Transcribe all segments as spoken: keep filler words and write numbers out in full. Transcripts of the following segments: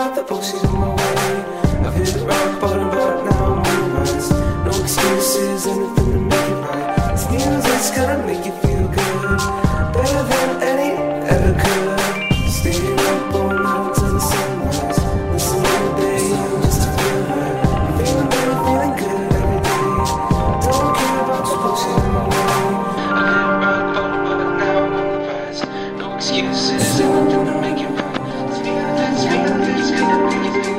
about the bullshit in my way. I've hit rock bottom, but now I'm on the rise. No excuses, anything to make it right. This music's gonna make you feel good, better than any ever could. Staying up all night till the sunrise. Listen all day just to feel right. I'm feeling better, feeling good every day. Don't care about the bullshit in my way. I've hit rock bottom, but now I'm on the rise. No excuses, anything to make it right. This music's gonna make you feel good.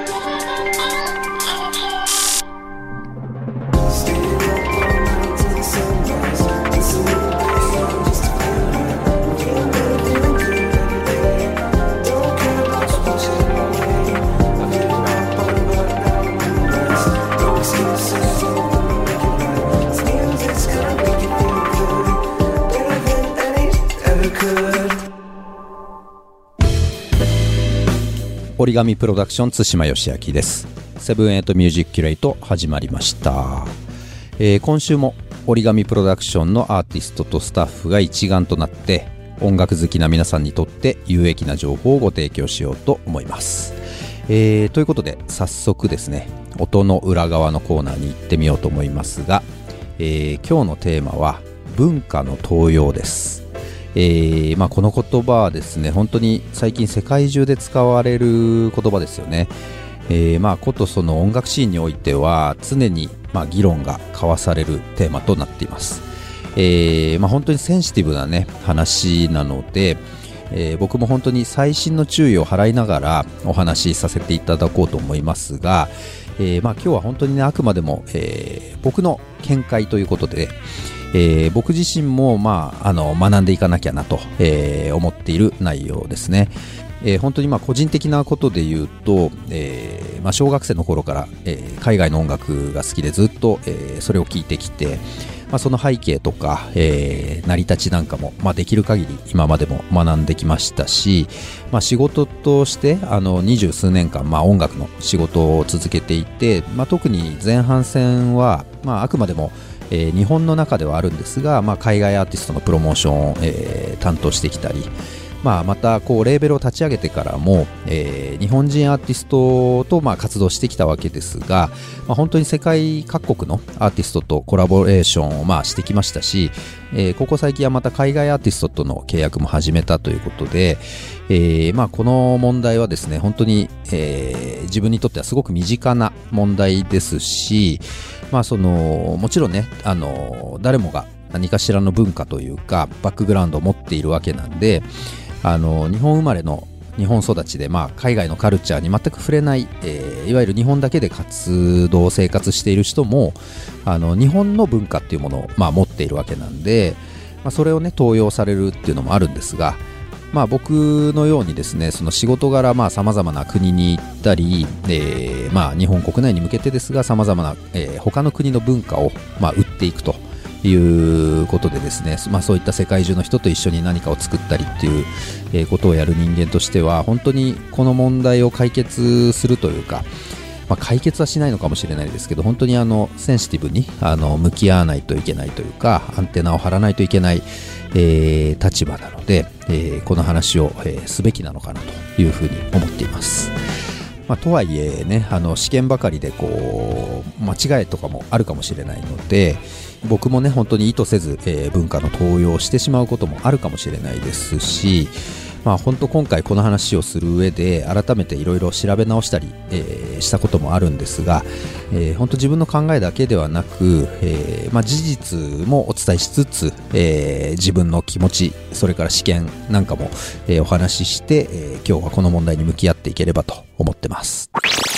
折り紙プロダクション対馬義明です。セブンエイトミュージックキュレイト始まりました、えー、今週も折り紙プロダクションのアーティストとスタッフが一丸となって音楽好きな皆さんにとって有益な情報をご提供しようと思います、えー、ということで早速ですね、音の裏側のコーナーに行ってみようと思いますが、えー、今日のテーマは文化の盗用です。えーまあ、この言葉はですね、本当に最近世界中で使われる言葉ですよね。えー、まあことその音楽シーンにおいては常にまあ議論が交わされるテーマとなっています。えーまあ、本当にセンシティブなね話なので、えー、僕も本当に細心の注意を払いながらお話しさせていただこうと思いますが、えーまあ、今日は本当にねあくまでも、えー、僕の見解ということで、えー、僕自身も、まあ、あの学んでいかなきゃなと、えー、思っている内容ですね。えー、本当にまあ個人的なことで言うと、えーまあ、小学生の頃から、えー、海外の音楽が好きでずっと、えー、それを聞いてきて、まあ、その背景とか、えー、成り立ちなんかも、まあ、できる限り今までも学んできましたし、まあ、仕事としてあの二十数年間、まあ、音楽の仕事を続けていて、まあ、特に前半戦は、まあ、あくまでもえー、日本の中ではあるんですが、まあ、海外アーティストのプロモーションを、えー、担当してきたり、まあ、またこうレーベルを立ち上げてからも、えー、日本人アーティストとまあ活動してきたわけですが、まあ、本当に世界各国のアーティストとコラボレーションをまあしてきましたし、えー、ここ最近はまた海外アーティストとの契約も始めたということで、えーまあ、この問題はですね本当に、えー、自分にとってはすごく身近な問題ですし、まあ、そのもちろんねあの誰もが何かしらの文化というかバックグラウンドを持っているわけなんで、あの日本生まれの日本育ちで、まあ、海外のカルチャーに全く触れない、えー、いわゆる日本だけで活動生活している人もあの日本の文化っていうものを、まあ、持っているわけなんで、まあ、それをね盗用されるっていうのもあるんですが、まあ、僕のようにですねその仕事柄さまざまな国に行ったり、えーまあ、日本国内に向けてですがさまざまな、えー、他の国の文化を、まあ、売っていくということでですね、まあ、そういった世界中の人と一緒に何かを作ったりっていう、えー、ことをやる人間としては本当にこの問題を解決するというか、まあ、解決はしないのかもしれないですけど本当にあのセンシティブにあの向き合わないといけないというかアンテナを張らないといけない、えー、立場なので、えー、この話を、えー、すべきなのかなというふうに思っています。まあ、とはいえねあの試験ばかりでこう間違いとかもあるかもしれないので僕もね本当に意図せず、えー、文化の盗用をしてしまうこともあるかもしれないですし、まあ、本当今回この話をする上で改めていろいろ調べ直したり、えー、したこともあるんですが、えー、本当自分の考えだけではなく、えーまあ、事実もお伝えしつつ、えー、自分の気持ちそれから試験なんかも、えー、お話しして、えー、今日はこの問題に向き合っていければと思ってます。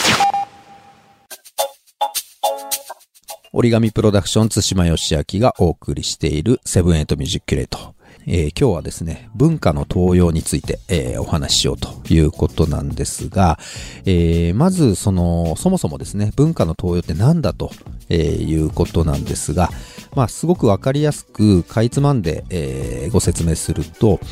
折り紙プロダクション対馬義明がお送りしているセブンエイトミュージックキュレート、えー、今日はですね文化の盗用について、えー、お話ししようということなんですが、えー、まずそのそもそもですね文化の盗用って何だと、えー、いうことなんですが、まあ、すごくわかりやすくかいつまんで、えー、ご説明すると、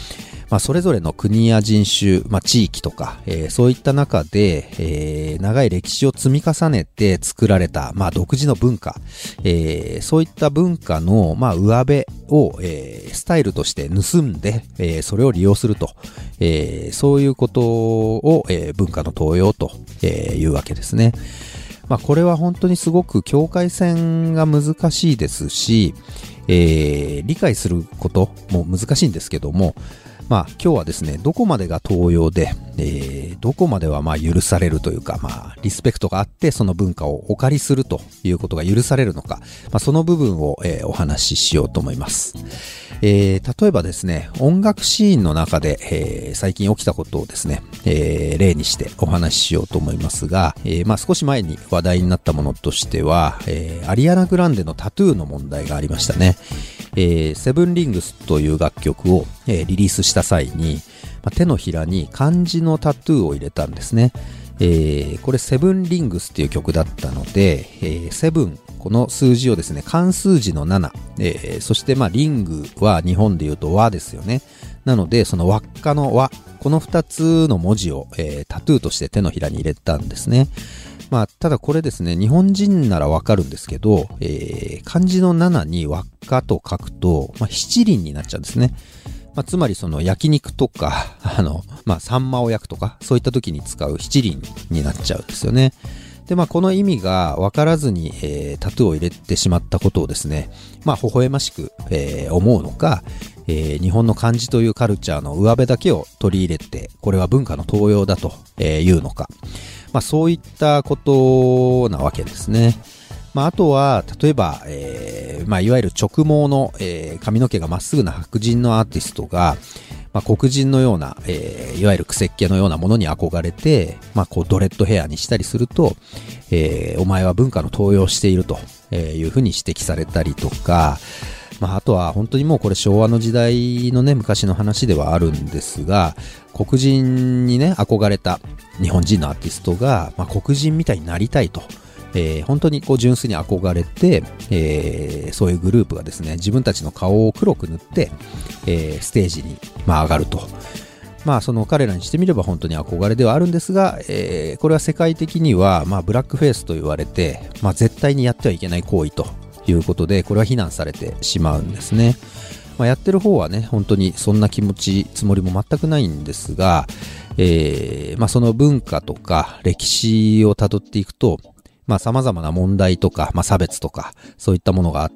まあ、それぞれの国や人種、まあ、地域とか、えー、そういった中で、えー、長い歴史を積み重ねて作られた、まあ、独自の文化、えー、そういった文化の、まあ、上辺を、えー、スタイルとして盗んで、えー、それを利用すると、えー、そういうことを、えー、文化の盗用と、えー、いうわけですね。まあ、これは本当にすごく境界線が難しいですし、えー、理解することも難しいんですけども、まあ今日はですね、どこまでが盗用で、えー、どこまではまあ許されるというか、まあリスペクトがあってその文化をお借りするということが許されるのか、まあ、その部分を、えー、お話ししようと思います。えー、例えばですね、音楽シーンの中で、えー、最近起きたことをですね、えー、例にしてお話ししようと思いますが、えー、まあ少し前に話題になったものとしては、えー、アリアナ・グランデのタトゥーの問題がありましたね。えー、セブンリングスという楽曲を、えー、リリースした際に、まあ、手のひらに漢字のタトゥーを入れたんですね。えー、これセブンリングスっていう曲だったので、えー、セブン、この数字をですね、漢数字のなな、えー、そしてまあリングは日本で言うと和ですよね。なのでその輪っかの和、このふたつの文字を、えー、タトゥーとして手のひらに入れたんですね。まあ、ただこれですね、日本人ならわかるんですけど、えー、漢字のななに輪っかと書くと、まあ、七輪になっちゃうんですね。まあ、つまりその焼肉とか、あの、まあ、サンマを焼くとか、そういった時に使う七輪になっちゃうんですよね。で、まあ、この意味が分からずに、えー、タトゥーを入れてしまったことをですね、まあ、微笑ましく、えー、思うのか、えー、日本の漢字というカルチャーの上辺だけを取り入れて、これは文化の盗用だと、えー、いうのか。まあ、そういったことなわけですね。まあ、あとは、例えば、えー、まあ、いわゆる直毛の、えー、髪の毛がまっすぐな白人のアーティストが、まあ、黒人のような、えー、いわゆる癖っ気のようなものに憧れて、まあ、こうドレッドヘアにしたりすると、えー、お前は文化の盗用しているというふうに指摘されたりとか、まあ、あとは本当にもうこれ昭和の時代のね、昔の話ではあるんですが、黒人にね、憧れた日本人のアーティストが、まあ、黒人みたいになりたいと。えー、本当にこう純粋に憧れて、えー、そういうグループがですね、自分たちの顔を黒く塗って、えー、ステージに、まあ、上がると。まあその彼らにしてみれば本当に憧れではあるんですが、えー、これは世界的には、まあ、ブラックフェイスと言われて、まあ、絶対にやってはいけない行為ということで、これは非難されてしまうんですね。まあ、やってる方はね、本当にそんな気持ち、つもりも全くないんですが、えーまあ、その文化とか歴史をたどっていくと、まあ様々な問題とか、まあ差別とか、そういったものがあって、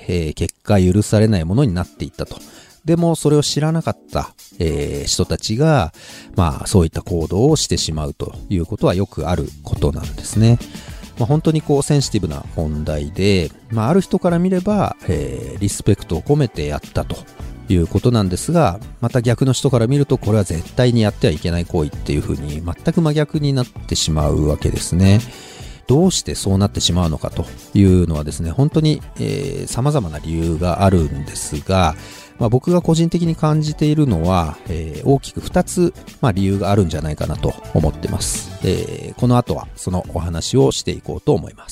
えー、結果許されないものになっていったと。でもそれを知らなかった、えー、人たちが、まあそういった行動をしてしまうということはよくあることなんですね。まあ、本当にこうセンシティブな問題で、まあある人から見れば、えー、リスペクトを込めてやったということなんですが、また逆の人から見るとこれは絶対にやってはいけない行為っていうふうに全く真逆になってしまうわけですね。どうしてそうなってしまうのかというのはですね、本当に、えー、様々な理由があるんですが、まあ、僕が個人的に感じているのは、えー、大きくふたつ、まあ、理由があるんじゃないかなと思ってます。えー、この後はそのお話をしていこうと思います。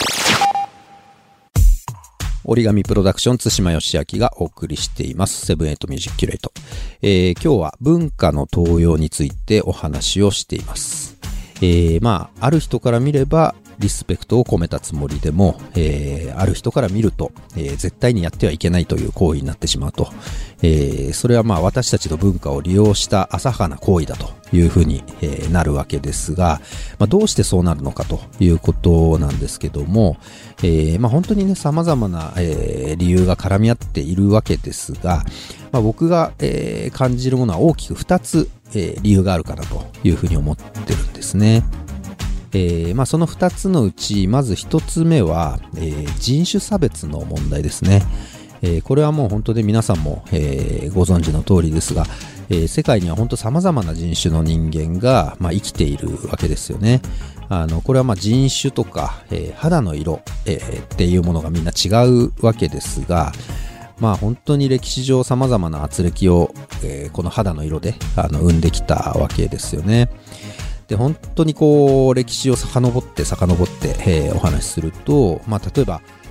折り紙プロダクション津島義明がお送りしていますセブンエイトミュージックキュレート、えー、今日は文化の盗用についてお話をしています。えー、まあある人から見ればリスペクトを込めたつもりでも、えー、ある人から見ると、えー、絶対にやってはいけないという行為になってしまうと、えー、それはまあ私たちの文化を利用した浅はかな行為だというふうに、えー、なるわけですが、まあ、どうしてそうなるのかということなんですけども、えー、まあ本当にね様々な、えー、理由が絡み合っているわけですが、まあ、僕が、えー、感じるものは大きくふたつ、えー、理由があるかなというふうに思ってるんですね。えーまあ、そのふたつのうちまずひとつめは、えー、人種差別の問題ですね。えー、これはもう本当に皆さんも、えー、ご存知の通りですが、えー、世界には本当様々な人種の人間が、まあ、生きているわけですよね。あのこれはまあ人種とか、えー、肌の色、えー、っていうものがみんな違うわけですが、まあ本当に歴史上様々な圧力を、えー、この肌の色であの生んできたわけですよね。で本当にこう歴史を遡って遡って、えー、お話しすると、まあ、例えば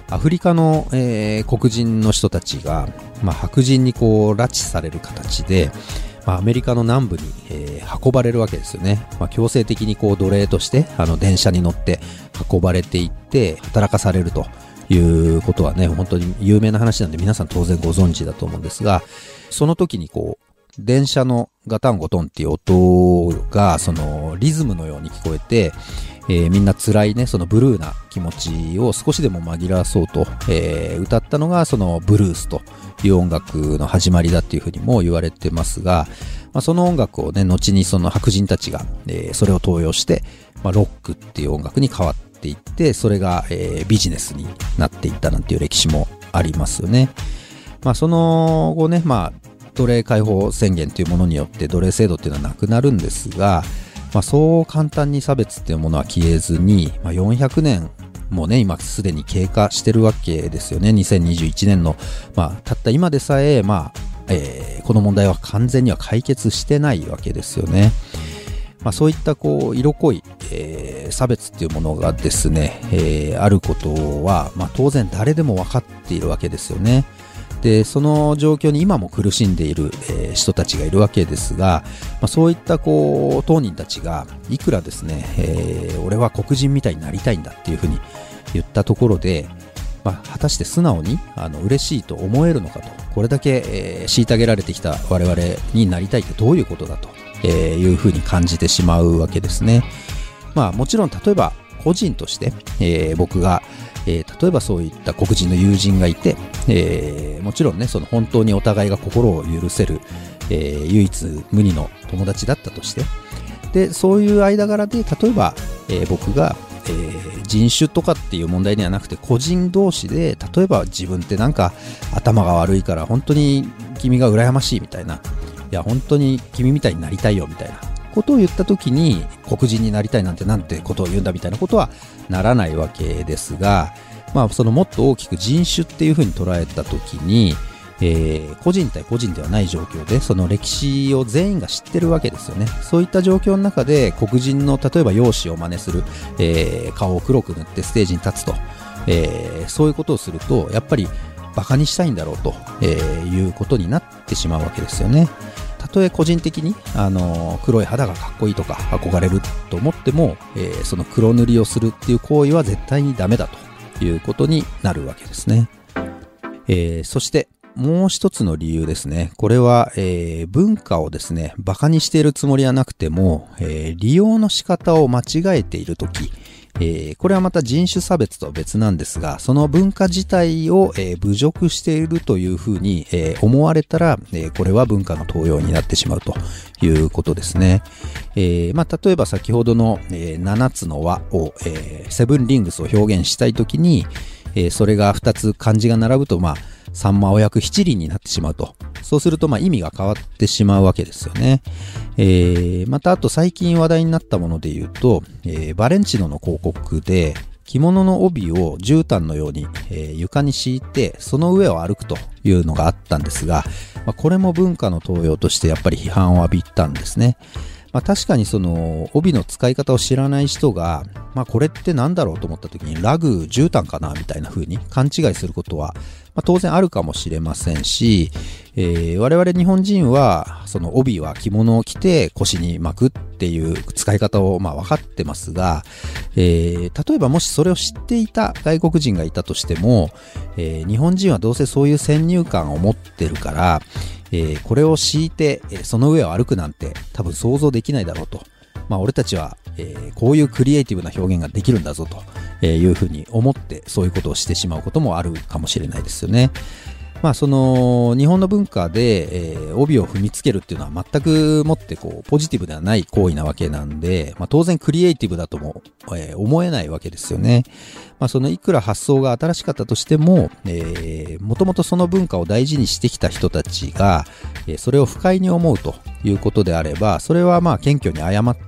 アフリカの、えー、黒人の人たちが、まあ、白人にこう拉致される形で、まあ、アメリカの南部に、えー、運ばれるわけですよね。まあ、強制的にこう奴隷としてあの電車に乗って運ばれていって働かされるということはね、本当に有名な話なんで皆さん当然ご存知だと思うんですが、その時にこう電車のガタンゴトンっていう音がそのリズムのように聞こえて、えー、みんな辛いね、そのブルーな気持ちを少しでも紛らわそうと、えー、歌ったのがそのブルースという音楽の始まりだっていうふうにも言われてますが、まあ、その音楽をね、後にその白人たちが、えー、それを盗用して、まあ、ロックっていう音楽に変わっていって、それが、えー、ビジネスになっていったなんていう歴史もありますよね。まあ、その後ね、まあ、奴隷解放宣言というものによって奴隷制度っていうのはなくなるんですが、まあ、そう簡単に差別っていうものは消えずに、まあ、よんひゃくねんもね、今すでに経過してるわけですよね。にせんにじゅういちねんの、まあ、たった今でさえ、まあえー、この問題は完全には解決してないわけですよね。まあ、そういったこう色濃い、えー、差別っていうものがですね、えー、あることは、まあ、当然誰でも分かっているわけですよね。でその状況に今も苦しんでいる、えー、人たちがいるわけですが、まあ、そういったこう当人たちがいくらですね、えー、俺は黒人みたいになりたいんだっていうふうに言ったところで、まあ、果たして素直にあの嬉しいと思えるのかと、これだけ、えー、虐げられてきた我々になりたいってどういうことだと、えー、いうふうに感じてしまうわけですね。まあもちろん例えば個人として、えー、僕がえー、例えばそういった黒人の友人がいて、えー、もちろんね、その本当にお互いが心を許せる、えー、唯一無二の友達だったとして、でそういう間柄で例えば、えー、僕が、えー、人種とかっていう問題ではなくて個人同士で、例えば自分ってなんか頭が悪いから本当に君が羨ましいみたいな、いや本当に君みたいになりたいよみたいなことを言った時に、黒人になりたいなんてなんてことを言うんだみたいなことはならないわけですが、まあそのもっと大きく人種っていうふうに捉えた時に、えー、個人対個人ではない状況でその歴史を全員が知ってるわけですよね。そういった状況の中で黒人の例えば容姿を真似する、えー、顔を黒く塗ってステージに立つと、えー、そういうことをするとやっぱりバカにしたいんだろうと、えー、いうことになってしまうわけですよね。たとえ個人的に、あのー、黒い肌がかっこいいとか憧れると思っても、えー、その黒塗りをするっていう行為は絶対にダメだということになるわけですね。えー、そしてもう一つの理由ですね。これは、えー、文化をですね、バカにしているつもりはなくても、えー、利用の仕方を間違えているとき、えー、これはまた人種差別とは別なんですが、その文化自体を、えー、侮辱しているというふうに、えー、思われたら、えー、これは文化の盗用になってしまうということですね。えーまあ、例えば先ほどの、えー、ななつの輪を、えー、セブンリングスを表現したいときに、えー、それがふたつ漢字が並ぶと、まあ、さんまおやく七輪になってしまうと。そうすると、まあ、意味が変わってしまうわけですよね。えー、また、あと最近話題になったもので言うと、えー、バレンチノの広告で、着物の帯を絨毯のように、えー、床に敷いて、その上を歩くというのがあったんですが、まあ、これも文化の盗用としてやっぱり批判を浴びたんですね。まあ、確かにその帯の使い方を知らない人が、まあ、これってなんだろうと思った時にラグ絨毯かなみたいな風に勘違いすることは、まあ、当然あるかもしれませんし、えー、我々日本人はその帯は着物を着て腰に巻くっていう使い方をまあ分かってますが、えー、例えばもしそれを知っていた外国人がいたとしても、えー、日本人はどうせそういう先入観を持ってるから、えー、これを敷いて、えー、その上を歩くなんて多分想像できないだろうと。まあ俺たちは、えー、こういうクリエイティブな表現ができるんだぞというふうに思ってそういうことをしてしまうこともあるかもしれないですよね。まあその日本の文化で、えー、帯を踏みつけるっていうのは全くもってこうポジティブではない行為なわけなんで、まあ当然クリエイティブだとも、えー、思えないわけですよね。まあそのいくら発想が新しかったとしても、えー、もともとその文化を大事にしてきた人たちが、えー、それを不快に思うということであれば、それはまあ謙虚に謝って、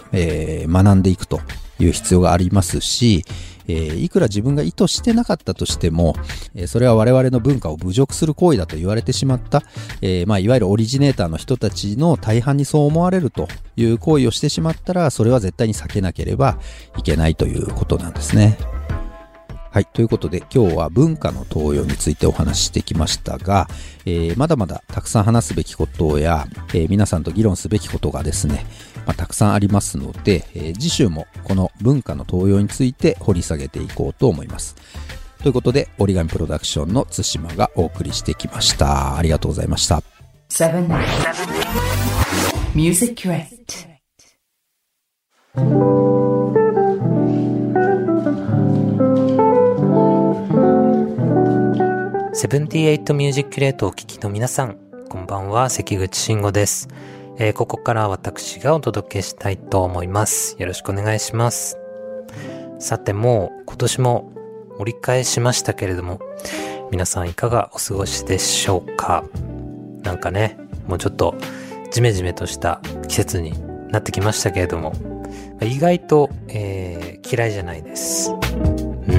えー、学んでいくという必要がありますし、えー、いくら自分が意図してなかったとしても、えー、それは我々の文化を侮辱する行為だと言われてしまった、えーまあ、いわゆるオリジネーターの人たちの大半にそう思われるという行為をしてしまったら、それは絶対に避けなければいけないということなんですね。 はい。ということで、今日は文化の登用についてお話ししてきましたが、えー、まだまだたくさん話すべきことや、えー、皆さんと議論すべきことがですね、まあ、たくさんありますので、えー、次週もこの文化の登用について掘り下げていこうと思います。ということで、折り紙プロダクションの対馬がお送りしてきました。ありがとうございました。セブン Music Crate セブンティエイトミュージックレートをお聴きの皆さん、こんばんは、関口慎吾です、えー、ここから私がお届けしたいと思います。よろしくお願いします。さて、もう今年も折り返しましたけれども、皆さんいかがお過ごしでしょうか。なんかね、もうちょっとジメジメとした季節になってきましたけれども、意外と、えー、嫌いじゃないです。うん。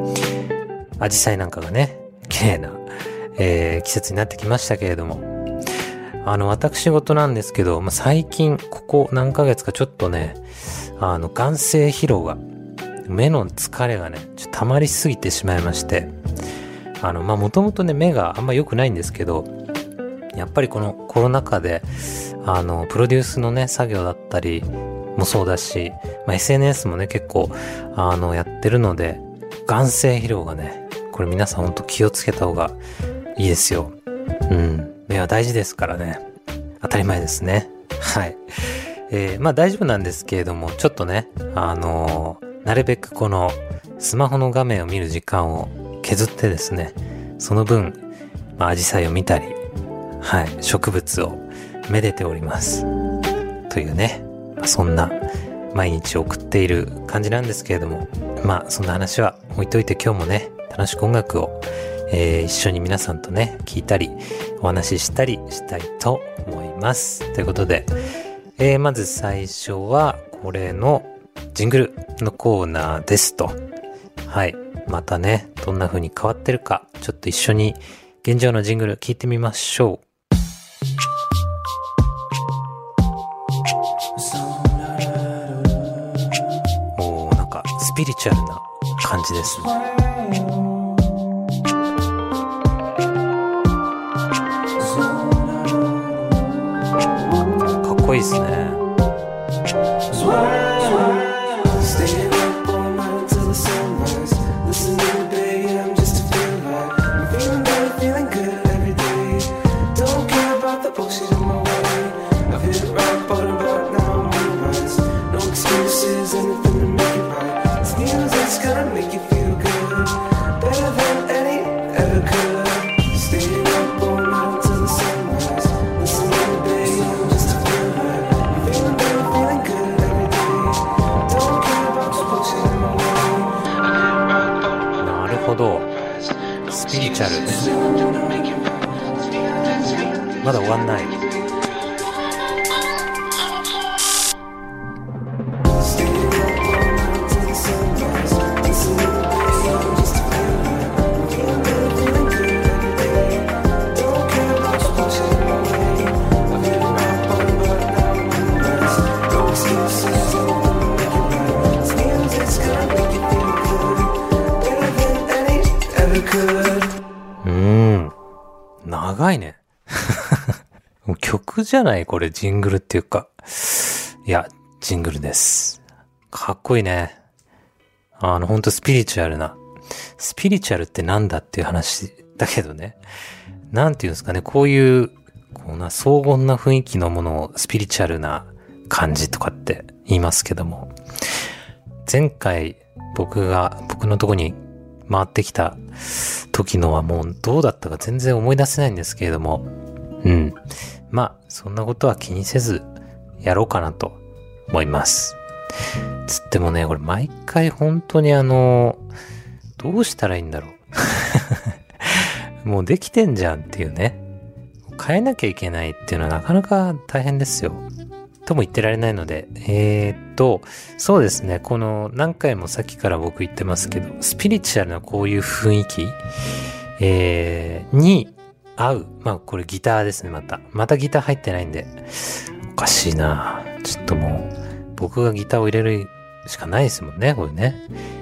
アジサイなんかがね、綺麗な、えー、季節になってきましたけれども、あの私事なんですけど、まあ、最近ここ何ヶ月かちょっとね、あの眼性疲労が、目の疲れがねちょっと溜まりすぎてしまいまして、あのまあもともとね目があんま良くないんですけど、やっぱりこのコロナ禍であのプロデュースのね作業だったりもそうだし、まあ、エスエヌエス もね結構あのやってるので、眼性疲労がね、これ皆さん本当気をつけた方がいいですよ。うん。目は大事ですからね。当たり前ですね。はい。えー、まあ大丈夫なんですけれども、ちょっとね、あのー、なるべくこのスマホの画面を見る時間を削ってですね、その分、まあアジサイを見たり、はい、植物をめでております。というね、まあ、そんな毎日送っている感じなんですけれども、まあそんな話は置いといて、今日もね、楽しく音楽を、えー、一緒に皆さんとね聴いたりお話ししたりしたいと思います。ということで、えー、まず最初はこれのジングルのコーナーですと。はい、またねどんな風に変わってるか、ちょっと一緒に現状のジングル聴いてみましょう。おー、なんかスピリチュアルな感じですね。かっこいいですね。スピリチュアル、まだ終わんない。うーん、長いね。曲じゃないこれ、ジングルっていうか。いや、ジングルです。かっこいいね。あの、ほんとスピリチュアルな。スピリチュアルってなんだっていう話だけどね。なんていうんですかね、こういう、こんな荘厳な雰囲気のものをスピリチュアルな感じとかって言いますけども。前回僕が、僕のとこに回ってきた時のはもうどうだったか全然思い出せないんですけれども、うん。まあ、そんなことは気にせずやろうかなと思います。つってもね、これ毎回本当にあの、どうしたらいいんだろう。もうできてんじゃんっていうね。変えなきゃいけないっていうのはなかなか大変ですよ。とも言ってられないので、えーっと、そうですね、この何回もさっきから僕言ってますけど、スピリチュアルなこういう雰囲気、えー、に合う。まあこれギターですね、また。またギター入ってないんで、おかしいな。ちょっともう、僕がギターを入れるしかないですもんね、これね。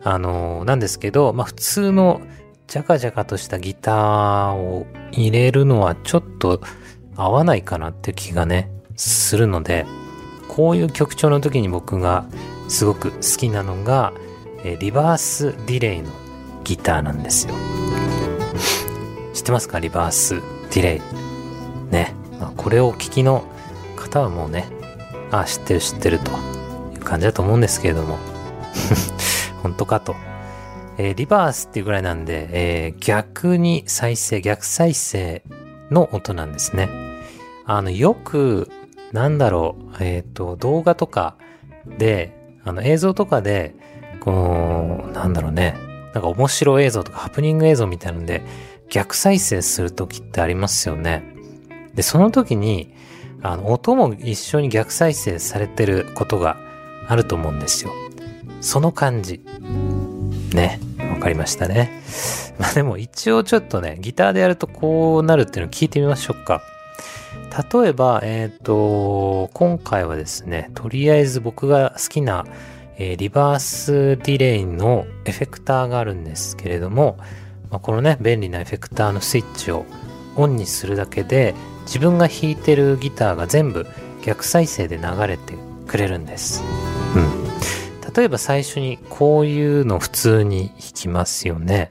あのー、なんですけど、まあ普通のジャカジャカとしたギターを入れるのはちょっと合わないかなっていう気がね、するので、こういう曲調の時に僕がすごく好きなのが、えー、リバースディレイのギターなんですよ。知ってますか？リバースディレイ。ね。まあ、これをお聞きの方はもうね、ああ、知ってる知ってるという感じだと思うんですけれども。本当かと。えー、リバースっていうぐらいなんで、えー、逆に再生、逆再生の音なんですね。あの、よく、なんだろう、えっと、動画とかで、あの、映像とかで、この、なんだろうね、なんか面白い映像とかハプニング映像みたいなので、逆再生するときってありますよね。で、その時に、あの、音も一緒に逆再生されてることがあると思うんですよ。その感じ。ね。わかりましたね。まあでも一応ちょっとね、ギターでやるとこうなるっていうのを聞いてみましょうか。例えば、えっと、今回はですね、とりあえず僕が好きな、えー、リバースディレイのエフェクターがあるんですけれども、まあ、このね、便利なエフェクターのスイッチをオンにするだけで、自分が弾いてるギターが全部逆再生で流れてくれるんです。うん。例えば最初にこういうの普通に弾きますよね。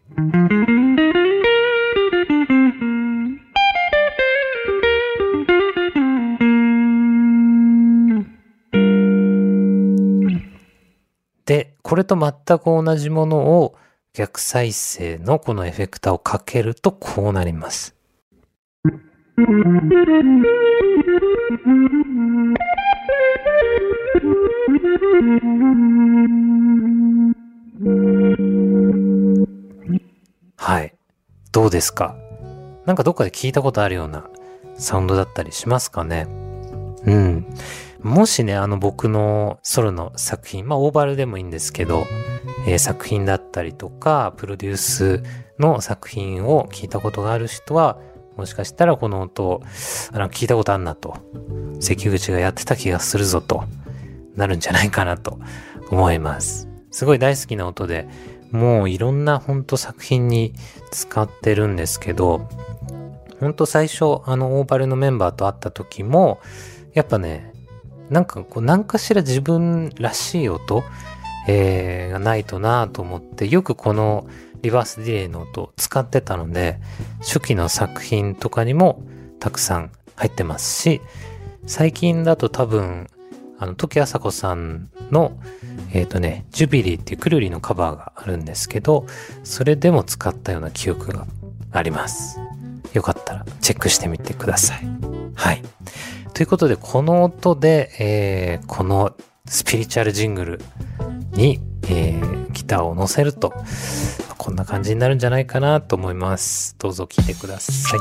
で、これと全く同じものを逆再生のこのエフェクターをかけるとこうなります。はい。どうですか？なんかどっかで聞いたことあるようなサウンドだったりしますかね？うん。もしね、あの僕のソロの作品、まあオーバルでもいいんですけど、えー、作品だったりとか、プロデュースの作品を聞いたことがある人は、もしかしたらこの音を聞いたことあんなと、関口がやってた気がするぞとなるんじゃないかなと思います。すごい大好きな音で、もういろんなほんと作品に使ってるんですけど、ほんと最初あのオーバルのメンバーと会った時も、やっぱね、なんかこう何かしら自分らしい音、えー、がないとなと思って、よくこのリバースディレイの音を使ってたので、初期の作品とかにもたくさん入ってますし、最近だと多分あの時あさこさんのえっとねジュビリーっていうくるりのカバーがあるんですけど、それでも使ったような記憶があります。よかったらチェックしてみてください。はい。ということで、この音で、えー、このスピリチュアルジングルに、えー、ギターを乗せると、こんな感じになるんじゃないかなと思います。どうぞ聴いてください。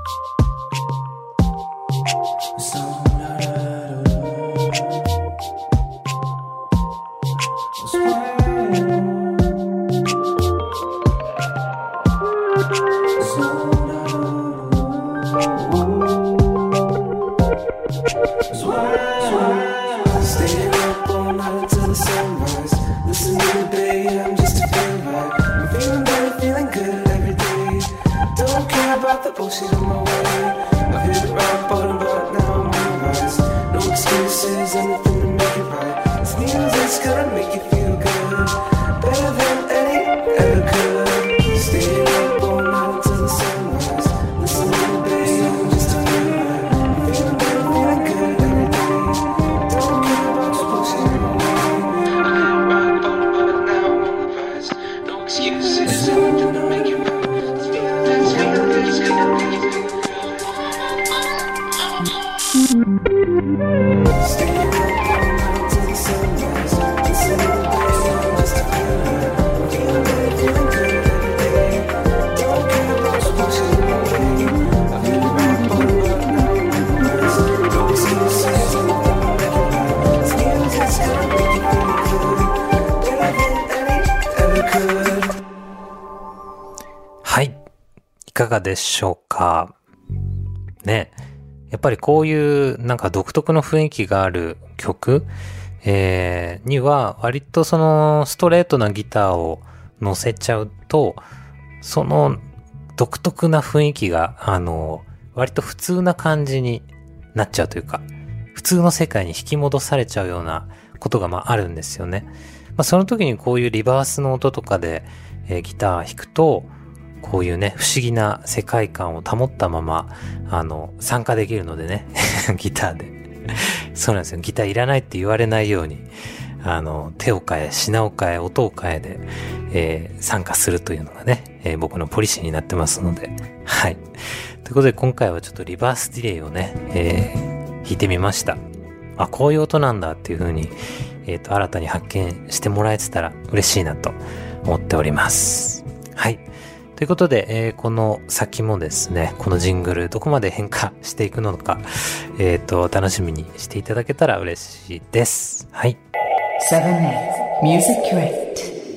Bullshit on my way. I've hit rock bottom, but now I'm on the rise. No excuses, anything to make it right. This music's gonna make you feel good, better than any ever could. Stay up all night until the sunrise. Listen to the bass, just to feel right. I'm feeling better, feeling good every day. Don't care about your bullshit on my way. I've hit rock bottom, but now I'm on the rise. No excuses, anything to make it right. はい。いかがでしょうかね。やっぱりこういうなんか独特の雰囲気がある曲っえー、には割とそのストレートなギターを乗せちゃうと、その独特な雰囲気が、あの、割と普通な感じになっちゃうというか、普通の世界に引き戻されちゃうようなことがまああるんですよね。まあその時にこういうリバースの音とかで、えー、ギター弾くと、こういうね、不思議な世界観を保ったまま、あの、参加できるのでね、ギターで。そうなんですよ。ギターいらないって言われないように、あの、手を変え、品を変え、音を変えで、えー、参加するというのがね、えー、僕のポリシーになってますので、はい。ということで今回はちょっとリバースディレイをね、えー、弾いてみました。あ、こういう音なんだっていう風に、えっと、新たに発見してもらえてたら嬉しいなと思っております。はい。ということで、えー、この先もですね、このジングルどこまで変化していくのか、えっと、楽しみにしていただけたら嬉しいです。はい。 セブンエイト Music Crate。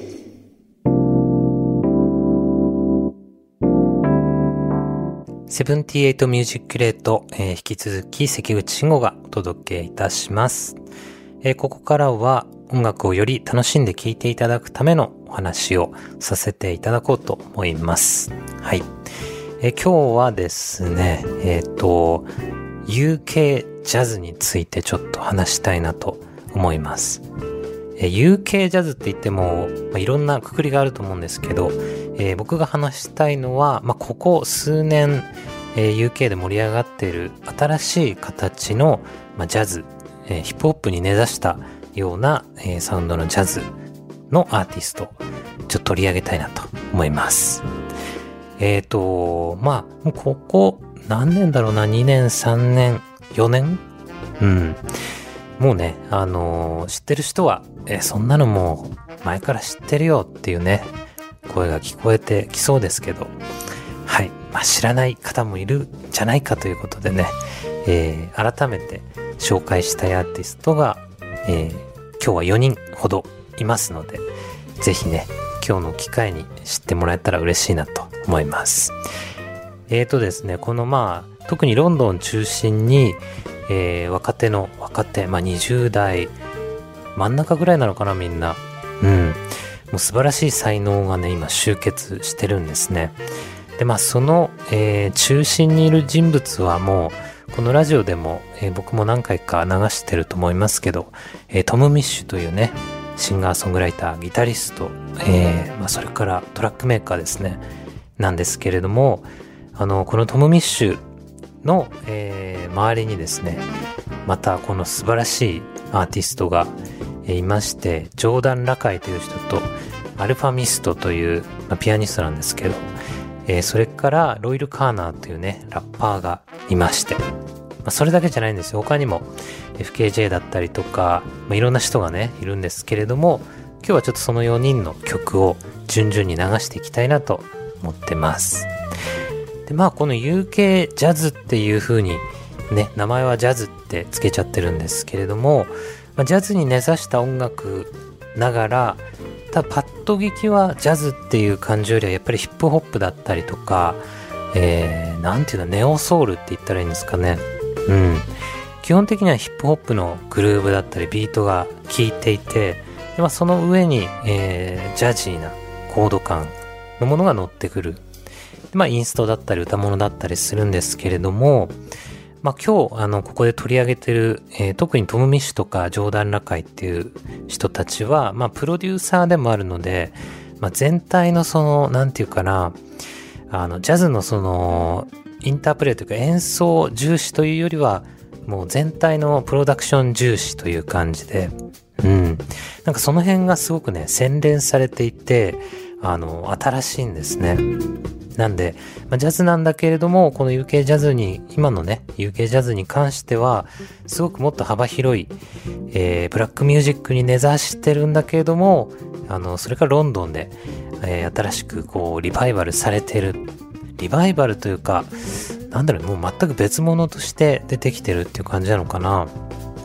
セブンティエイト Music Crate、えー、引き続き関口慎吾がお届けいたします。えー、ここからは音楽をより楽しんで聴いていただくためのお話をさせていただこうと思います。はい。えー、今日はですね、えっと、ユーケー ジャズについてちょっと話したいなと思います。えー、ユーケー ジャズって言っても、まあ、いろんなくくりがあると思うんですけど、えー、僕が話したいのは、まあ、ここ数年、えー、ユーケー で盛り上がっている新しい形の、まあ、ジャズ、えー、ヒップホップに根ざしたような、えー、サウンドのジャズのアーティスト、ちょっと取り上げたいなと思います。えっと、まあ、もうここ何年だろうな、にねん、さんねん、よねん？うん。もうね、あのー、知ってる人は、えー、そんなのもう前から知ってるよっていうね、声が聞こえてきそうですけど、はい。まあ、知らない方もいるんじゃないかということでね、えー、改めて紹介したいアーティストが、えー、今日はよにんほどいますので、ぜひね、今日の機会に知ってもらえたら嬉しいなと思います。えーとですね、このまあ、特にロンドン中心に、えー、若手の若手、まあにじゅう代真ん中ぐらいなのかな、みんな。うん。もう素晴らしい才能がね、今集結してるんですね。で、まあその、えー、中心にいる人物はもう、このラジオでも、えー、僕も何回か流してると思いますけど、えー、トム・ミッシュというね、シンガーソングライター、ギタリスト、えーまあ、それからトラックメーカーですね、なんですけれども、あの、このトム・ミッシュの、えー、周りにですね、またこの素晴らしいアーティストが、えー、いまして、ジョーダン・ラカイという人と、アルファミストという、まあ、ピアニストなんですけど、えー、それからロイル・カーナーというね、ラッパーがいまして、まあ、それだけじゃないんですよ。他にも エフケージェー だったりとか、まあ、いろんな人がね、いるんですけれども、今日はちょっとそのよにんの曲を順々に流していきたいなと思ってます。で、まあこの ユーケー ジャズっていう風にね、名前はジャズってつけちゃってるんですけれども、まあ、ジャズに根ざした音楽ながら、ただパッと聞きはジャズっていう感じよりはやっぱりヒップホップだったりとか、えー、なんていうの、ネオソウルって言ったらいいんですかね。うん。基本的にはヒップホップのグルーヴだったりビートが効いていて、でまあ、その上に、えー、ジャジーなコード感のものが乗ってくる。でまあ、インストだったり歌物だったりするんですけれども、まあ、今日、あの、ここで取り上げてる、えー、特にトム・ミッシュとかジョーダン・ラカイっていう人たちは、まあ、プロデューサーでもあるので、まあ、全体のその、なんていうかな、あの、ジャズのその、インタープレイというか演奏重視というよりは、もう全体のプロダクション重視という感じで、うん。なんかその辺がすごくね、洗練されていて、あの、新しいんですね。なんで、まあ、ジャズなんだけれども、この ユーケー ジャズに、今のね、ユーケー ジャズに関しては、すごくもっと幅広い、えー、ブラックミュージックに根ざしてるんだけれども、あの、それからロンドンで、えー、新しくこう、リバイバルされてる。リバイバルというか、なんだろう、もう全く別物として出てきてるっていう感じなのかな。うん。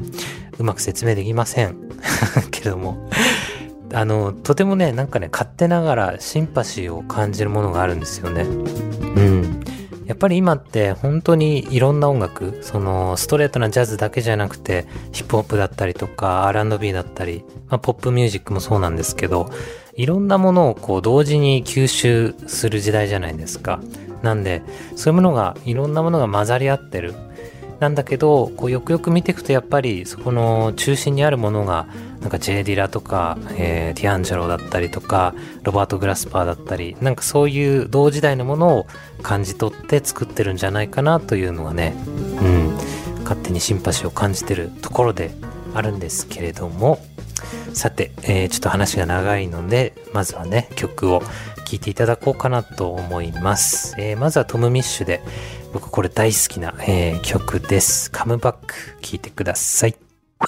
うまく説明できません。けども。あの、とてもね、なんかね、勝手ながらシンパシーを感じるものがあるんですよね。うん。 やっぱり今って本当にいろんな音楽、そのストレートなジャズだけじゃなくてヒップホップだったりとか アールアンドビー だったり、まあ、ポップミュージックもそうなんですけど、いろんなものをこう同時に吸収する時代じゃないですか。なんでそういうものが、いろんなものが混ざり合ってるなんだけど、こうよくよく見ていくとやっぱりそこの中心にあるものがなんか J ディラとか、えー、ディアンジェロだったりとかロバート・グラスパーだったり、なんかそういう同時代のものを感じ取って作ってるんじゃないかなというのがね、うん、勝手にシンパシーを感じてるところであるんですけれども、さて、えー、ちょっと話が長いのでまずはね曲を聴いていただこうかなと思います。えー、まずはトム・ミッシュで、僕これ大好きな、えー、曲です。カムバック聴いてください。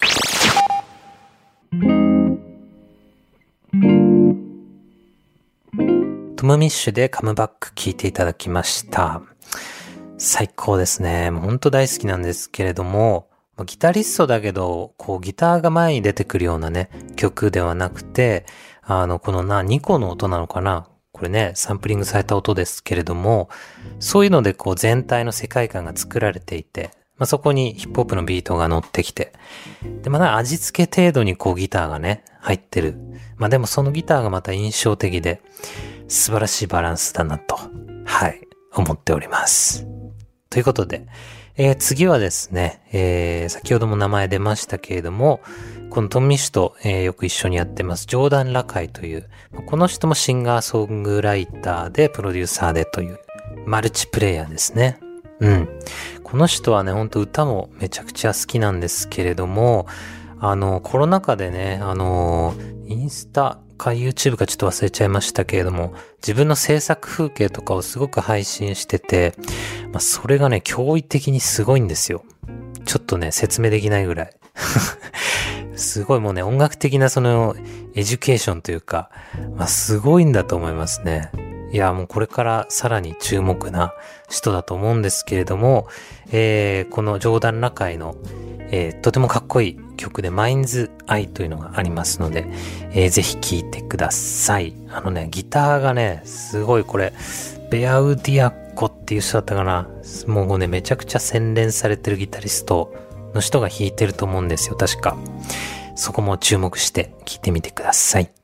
トム・ミッシュでカムバック聴いていただきました。最高ですね。もう本当大好きなんですけれども、ギタリストだけどこうギターが前に出てくるようなね曲ではなくて、あのこのなにこの音なのかな、これねサンプリングされた音ですけれども、そういうのでこう全体の世界観が作られていて、まあ、そこにヒップホップのビートが乗ってきて、でまだ味付け程度にこうギターがね入ってる。まあでもそのギターがまた印象的で素晴らしいバランスだなと、はい思っております。ということで、えー、次はですね、えー、先ほども名前出ましたけれども、このトム・ミッシュと、えー、よく一緒にやってますジョーダン・ラカイという、この人もシンガーソングライターでプロデューサーでというマルチプレイヤーですね。うん。この人はね、ほんと歌もめちゃくちゃ好きなんですけれども、あの、コロナ禍でね、あの、インスタか YouTube かちょっと忘れちゃいましたけれども、自分の制作風景とかをすごく配信してて、まあ、それがね、驚異的にすごいんですよ。ちょっとね、説明できないぐらい。すごいもうね、音楽的なその、エデュケーションというか、まあ、すごいんだと思いますね。いや、もうこれからさらに注目な人だと思うんですけれども、えー、このジョーダン・ラカイの、えー、とてもかっこいい曲で Mind's Eye というのがありますので、えー、ぜひ聴いてください。あのね、ギターがね、すごいこれ、ベアウディアコっていう人だったかな。もうね、めちゃくちゃ洗練されてるギタリストの人が弾いてると思うんですよ、確か。そこも注目して聴いてみてください。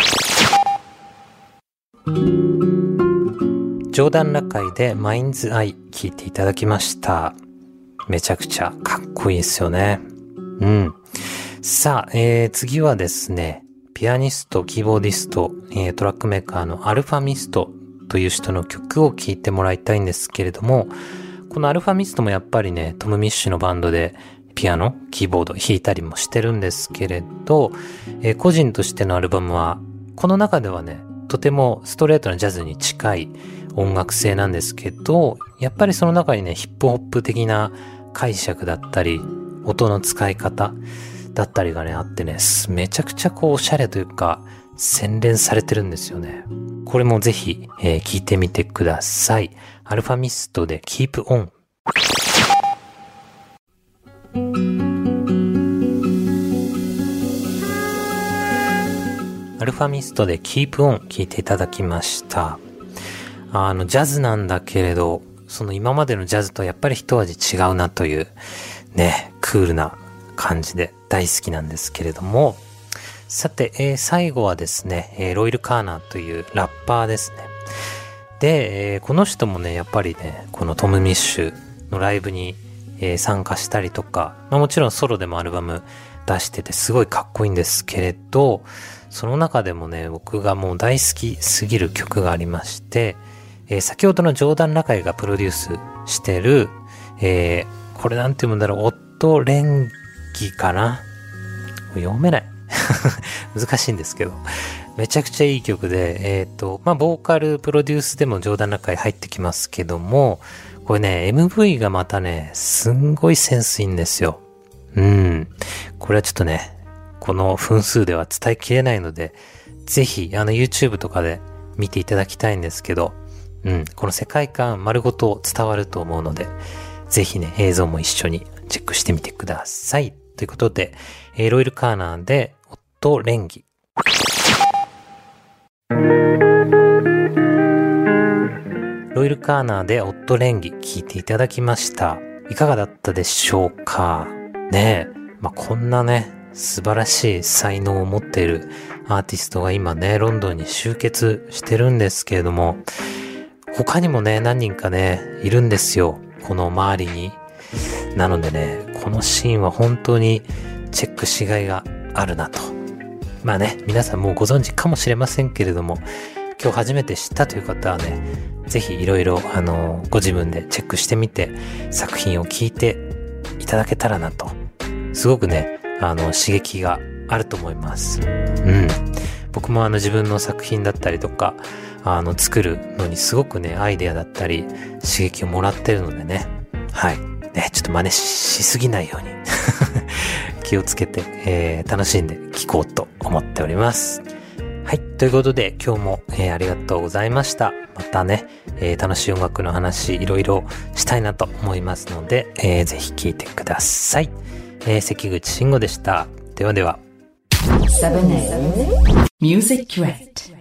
ジョーダン・ラカイで Mind's Eye 聴いていただきました。めちゃくちゃかっこいいですよね。うん。さあ、えー、次はですね、ピアニスト、キーボーディスト、えー、トラックメーカーのアルファミストという人の曲を聴いてもらいたいんですけれども、このアルファミストもやっぱりね、トム・ミッシュのバンドでピアノ、キーボード弾いたりもしてるんですけれど、えー、個人としてのアルバムは、この中ではね、とてもストレートなジャズに近い音楽性なんですけど、やっぱりその中にね、ヒップホップ的な解釈だったり、音の使い方だったりがね、あってね、めちゃくちゃこう、おしゃれというか、洗練されてるんですよね。これもぜひ、えー、聞いてみてください。アルファミストで Keep On。アルファミストで Keep On 聞いていただきました。あの、ジャズなんだけれど、その今までのジャズとやっぱり一味違うなという、ね、クールな感じで大好きなんですけれども、さて、えー、最後はですね、えー、ロイル・カーナーというラッパーですね。で、えー、この人もね、やっぱりね、このトム・ミッシュのライブに、えー、参加したりとか、まあ、もちろんソロでもアルバム出しててすごいかっこいいんですけれど、その中でもね、僕がもう大好きすぎる曲がありまして、えー、先ほどのジョーダン・ラカイがプロデュースしてる、えー、これなんて読むんだろう、オット・レンギかな、読めない。難しいんですけど。めちゃくちゃいい曲で、えっと、まあ、ボーカルプロデュースでもジョーダン・ラカイ入ってきますけども、これね、エムブイ がまたね、すんごいセンスいいんですよ。うん。これはちょっとね、この分数では伝えきれないので、ぜひ、あの YouTube とかで見ていただきたいんですけど、うん、この世界観丸ごと伝わると思うので、ぜひね、映像も一緒にチェックしてみてください。ということで、えー、ロイル・カーナーで、オット・レンギ。ロロイル・カーナーでオットレンギ聴いていただきました。いかがだったでしょうかねえ。まあ、こんなね、素晴らしい才能を持っているアーティストが今ね、ロンドンに集結してるんですけれども、他にもね、何人かね、いるんですよ。この周りに。なのでね、このシーンは本当にチェックしがいがあるなと。まあね、皆さんもうご存知かもしれませんけれども、今日初めて知ったという方はね、ぜひいろいろ、あの、ご自分でチェックしてみて、作品を聞いていただけたらなと。すごくね、あの、刺激があると思います。うん。僕もあの、自分の作品だったりとか、あの、作るのにすごくね、アイデアだったり、刺激をもらってるのでね。はい。ね、ちょっと真似 し, しすぎないように気をつけて、えー、楽しんで聴こうと思っております。はい。ということで、今日も、えー、ありがとうございました。またね、えー、楽しい音楽の話、いろいろしたいなと思いますので、えー、ぜひ聴いてください。えー、関口慎吾でした。ではでは。 セブンエイト Music Crate